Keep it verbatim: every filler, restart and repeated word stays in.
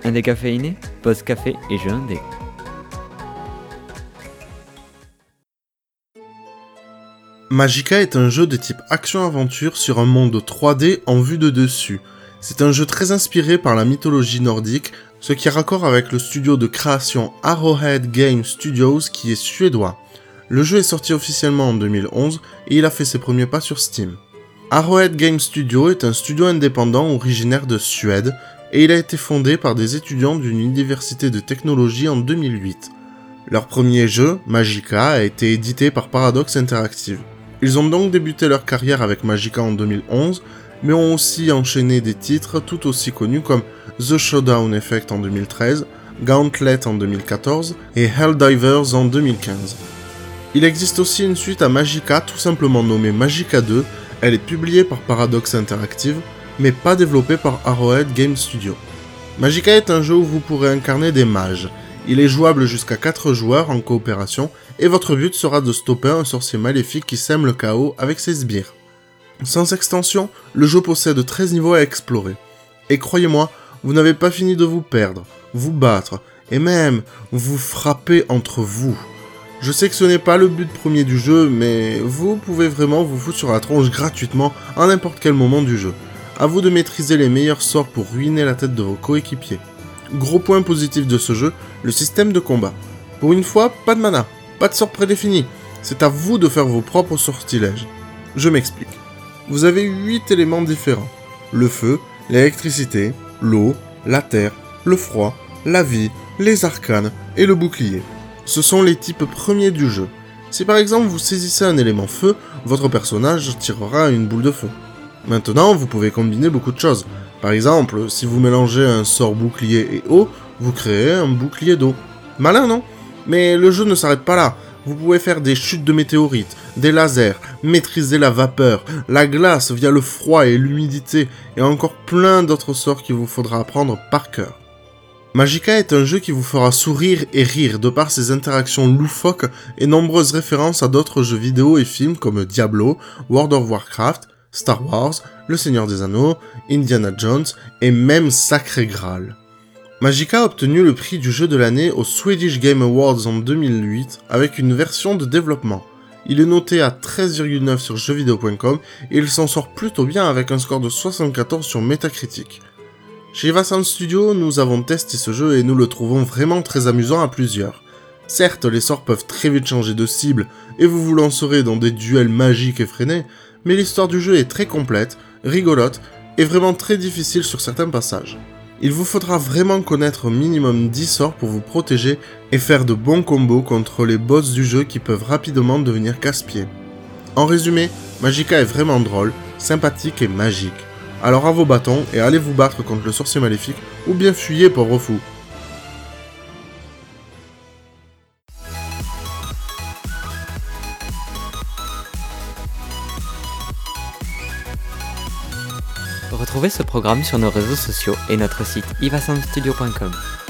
Un décaféiné, pause café et jeu indé. Magicka est un jeu de type action-aventure sur un monde trois D en vue de dessus. C'est un jeu très inspiré par la mythologie nordique, ce qui est raccord avec le studio de création Arrowhead Game Studios qui est suédois. Le jeu est sorti officiellement en deux mille onze et il a fait ses premiers pas sur Steam. Arrowhead Game Studio est un studio indépendant originaire de Suède et il a été fondé par des étudiants d'une université de technologie en deux mille huit. Leur premier jeu, Magicka, a été édité par Paradox Interactive. Ils ont donc débuté leur carrière avec Magicka en deux mille onze, mais ont aussi enchaîné des titres tout aussi connus comme The Showdown Effect en deux mille treize, Gauntlet en deux mille quatorze et Helldivers en deux mille quinze. Il existe aussi une suite à Magicka tout simplement nommée Magicka deux, elle est publiée par Paradox Interactive, mais pas développée par Arrowhead Game Studio. Magicka est un jeu où vous pourrez incarner des mages. Il est jouable jusqu'à quatre joueurs en coopération, et votre but sera de stopper un sorcier maléfique qui sème le chaos avec ses sbires. Sans extension, le jeu possède treize niveaux à explorer. Et croyez-moi, vous n'avez pas fini de vous perdre, vous battre, et même vous frapper entre vous. Je sais que ce n'est pas le but premier du jeu, mais vous pouvez vraiment vous foutre sur la tronche gratuitement à n'importe quel moment du jeu. À vous de maîtriser les meilleurs sorts pour ruiner la tête de vos coéquipiers. Gros point positif de ce jeu, le système de combat. Pour une fois, pas de mana, pas de sort prédéfini. C'est à vous de faire vos propres sortilèges. Je m'explique. Vous avez huit éléments différents. Le feu, l'électricité, l'eau, la terre, le froid, la vie, les arcanes et le bouclier. Ce sont les types premiers du jeu. Si par exemple vous saisissez un élément feu, votre personnage tirera une boule de feu. Maintenant, vous pouvez combiner beaucoup de choses. Par exemple, si vous mélangez un sort bouclier et eau, vous créez un bouclier d'eau. Malin, non ? Mais le jeu ne s'arrête pas là. Vous pouvez faire des chutes de météorites, des lasers, maîtriser la vapeur, la glace via le froid et l'humidité, et encore plein d'autres sorts qu'il vous faudra apprendre par cœur. Magicka est un jeu qui vous fera sourire et rire de par ses interactions loufoques et nombreuses références à d'autres jeux vidéo et films comme Diablo, World of Warcraft, Star Wars, Le Seigneur des Anneaux, Indiana Jones et même Sacré Graal. Magicka a obtenu le prix du jeu de l'année aux Swedish Game Awards en deux mille huit avec une version de développement. Il est noté à treize virgule neuf sur jeux vidéo point com et il s'en sort plutôt bien avec un score de soixante-quatorze sur Metacritic. Chez Ivasound Studio, nous avons testé ce jeu et nous le trouvons vraiment très amusant à plusieurs. Certes, les sorts peuvent très vite changer de cible et vous vous lancerez dans des duels magiques effrénés, mais l'histoire du jeu est très complète, rigolote et vraiment très difficile sur certains passages. Il vous faudra vraiment connaître au minimum dix sorts pour vous protéger et faire de bons combos contre les boss du jeu qui peuvent rapidement devenir casse-pieds. En résumé, Magicka est vraiment drôle, sympathique et magique. Alors à vos bâtons et allez vous battre contre le sorcier maléfique ou bien fuyez pauvre fou. Retrouvez ce programme sur nos réseaux sociaux et notre site ivasound studio point com.